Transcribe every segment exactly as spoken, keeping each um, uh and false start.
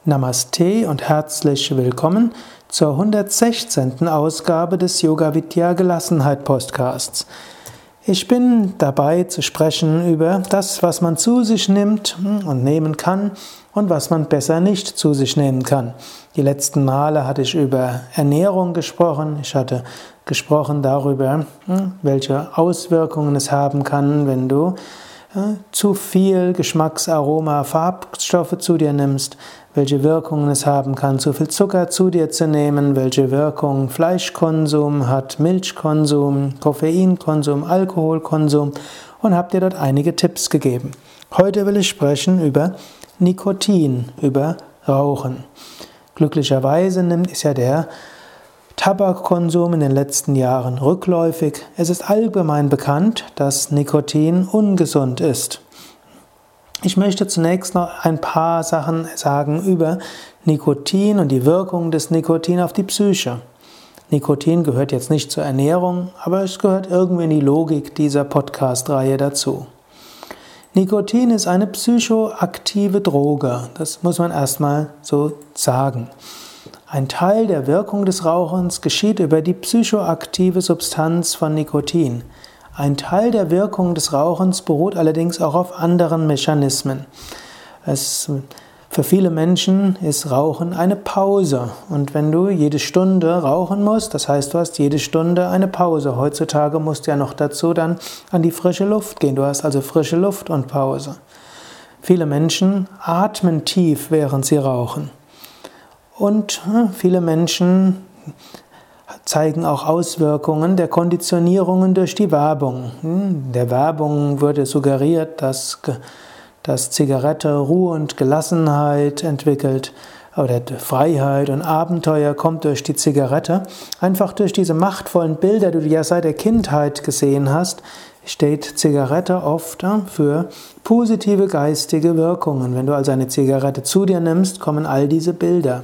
Namaste und herzlich willkommen zur hundertsechzehnten Ausgabe des Yoga Vidya Gelassenheit Podcasts. Ich bin dabei zu sprechen über das, was man zu sich nimmt und nehmen kann und was man besser nicht zu sich nehmen kann. Die letzten Male hatte ich über Ernährung gesprochen. Ich hatte gesprochen darüber, welche Auswirkungen es haben kann, wenn du zu viel Geschmacks-, Aroma-, Farbstoffe zu dir nimmst, welche Wirkungen es haben kann, zu viel Zucker zu dir zu nehmen, welche Wirkung Fleischkonsum hat, Milchkonsum, Koffeinkonsum, Alkoholkonsum und habe dir dort einige Tipps gegeben. Heute will ich sprechen über Nikotin, über Rauchen. Glücklicherweise ist ja der Tabakkonsum in den letzten Jahren rückläufig. Es ist allgemein bekannt, dass Nikotin ungesund ist. Ich möchte zunächst noch ein paar Sachen sagen über Nikotin und die Wirkung des Nikotin auf die Psyche. Nikotin gehört jetzt nicht zur Ernährung, aber es gehört irgendwie in die Logik dieser Podcast-Reihe dazu. Nikotin ist eine psychoaktive Droge, das muss man erstmal so sagen. Ein Teil der Wirkung des Rauchens geschieht über die psychoaktive Substanz von Nikotin. Ein Teil der Wirkung des Rauchens beruht allerdings auch auf anderen Mechanismen. Es, für viele Menschen ist Rauchen eine Pause. Und wenn du jede Stunde rauchen musst, das heißt, du hast jede Stunde eine Pause. Heutzutage musst du ja noch dazu dann an die frische Luft gehen. Du hast also frische Luft und Pause. Viele Menschen atmen tief, während sie rauchen. Und viele Menschen zeigen auch Auswirkungen der Konditionierungen durch die Werbung. In der Werbung wurde suggeriert, dass, dass Zigarette Ruhe und Gelassenheit entwickelt oder Freiheit und Abenteuer kommt durch die Zigarette. Einfach durch diese machtvollen Bilder, die du ja seit der Kindheit gesehen hast, steht Zigarette oft für positive geistige Wirkungen. Wenn du also eine Zigarette zu dir nimmst, kommen all diese Bilder.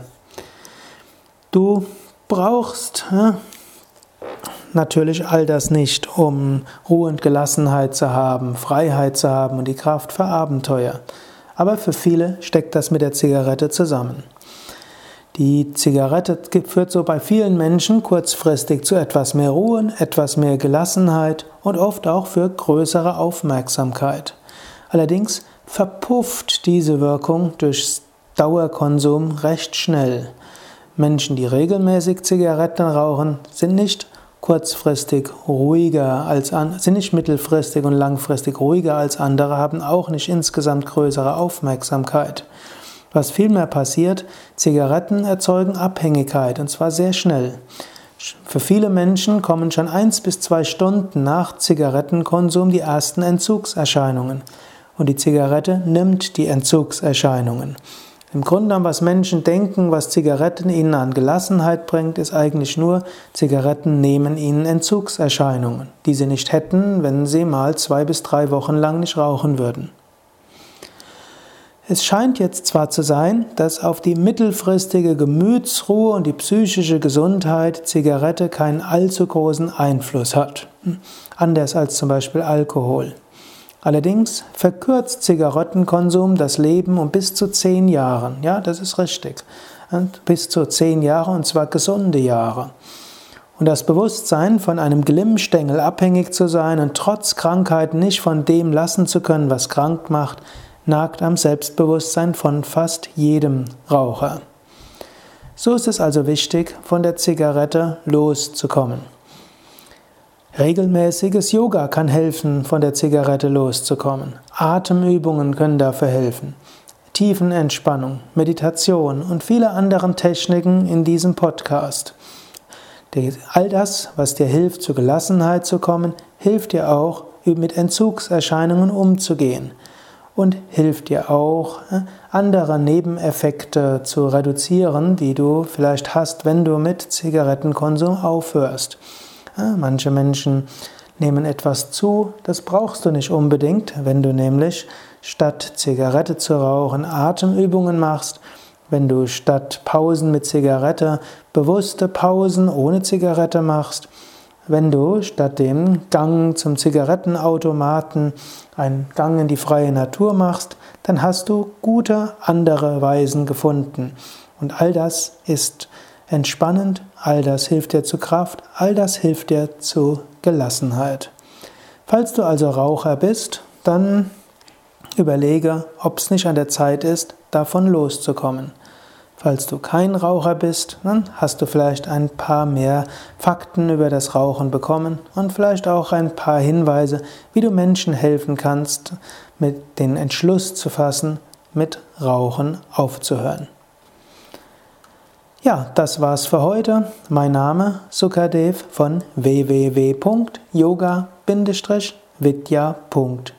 Du brauchst ja, natürlich all das nicht, um Ruhe und Gelassenheit zu haben, Freiheit zu haben und die Kraft für Abenteuer. Aber für viele steckt das mit der Zigarette zusammen. Die Zigarette führt so bei vielen Menschen kurzfristig zu etwas mehr Ruhe, etwas mehr Gelassenheit und oft auch für größere Aufmerksamkeit. Allerdings verpufft diese Wirkung durch Dauerkonsum recht schnell. Menschen, die regelmäßig Zigaretten rauchen, sind nicht kurzfristig ruhiger als an, sind nicht mittelfristig und langfristig ruhiger als andere, haben auch nicht insgesamt größere Aufmerksamkeit. Was vielmehr passiert, Zigaretten erzeugen Abhängigkeit und zwar sehr schnell. Für viele Menschen kommen schon eins bis zwei Stunden nach Zigarettenkonsum die ersten Entzugserscheinungen und die Zigarette nimmt die Entzugserscheinungen. Im Grunde genommen, was Menschen denken, was Zigaretten ihnen an Gelassenheit bringt, ist eigentlich nur, Zigaretten nehmen ihnen Entzugserscheinungen, die sie nicht hätten, wenn sie mal zwei bis drei Wochen lang nicht rauchen würden. Es scheint jetzt zwar zu sein, dass auf die mittelfristige Gemütsruhe und die psychische Gesundheit Zigarette keinen allzu großen Einfluss hat, anders als zum Beispiel Alkohol. Allerdings verkürzt Zigarettenkonsum das Leben um bis zu zehn Jahre. Ja, das ist richtig. Und bis zu zehn Jahre und zwar gesunde Jahre. Und das Bewusstsein, von einem Glimmstängel abhängig zu sein und trotz Krankheit nicht von dem lassen zu können, was krank macht, nagt am Selbstbewusstsein von fast jedem Raucher. So ist es also wichtig, von der Zigarette loszukommen. Regelmäßiges Yoga kann helfen, von der Zigarette loszukommen. Atemübungen können dafür helfen. Tiefenentspannung, Meditation und viele andere Techniken in diesem Podcast. All das, was dir hilft, zur Gelassenheit zu kommen, hilft dir auch, mit Entzugserscheinungen umzugehen. Und hilft dir auch, andere Nebeneffekte zu reduzieren, die du vielleicht hast, wenn du mit Zigarettenkonsum aufhörst. Manche Menschen nehmen etwas zu, das brauchst du nicht unbedingt, wenn du nämlich statt Zigarette zu rauchen Atemübungen machst, wenn du statt Pausen mit Zigarette bewusste Pausen ohne Zigarette machst, wenn du statt dem Gang zum Zigarettenautomaten einen Gang in die freie Natur machst, dann hast du gute andere Weisen gefunden. Und all das ist entspannend, all das hilft dir zu Kraft, all das hilft dir zu Gelassenheit. Falls du also Raucher bist, dann überlege, ob es nicht an der Zeit ist, davon loszukommen. Falls du kein Raucher bist, dann hast du vielleicht ein paar mehr Fakten über das Rauchen bekommen und vielleicht auch ein paar Hinweise, wie du Menschen helfen kannst, mit den Entschluss zu fassen, mit Rauchen aufzuhören. Ja, das war's für heute. Mein Name Sukadev von w w w punkt yoga Bindestrich vidya punkt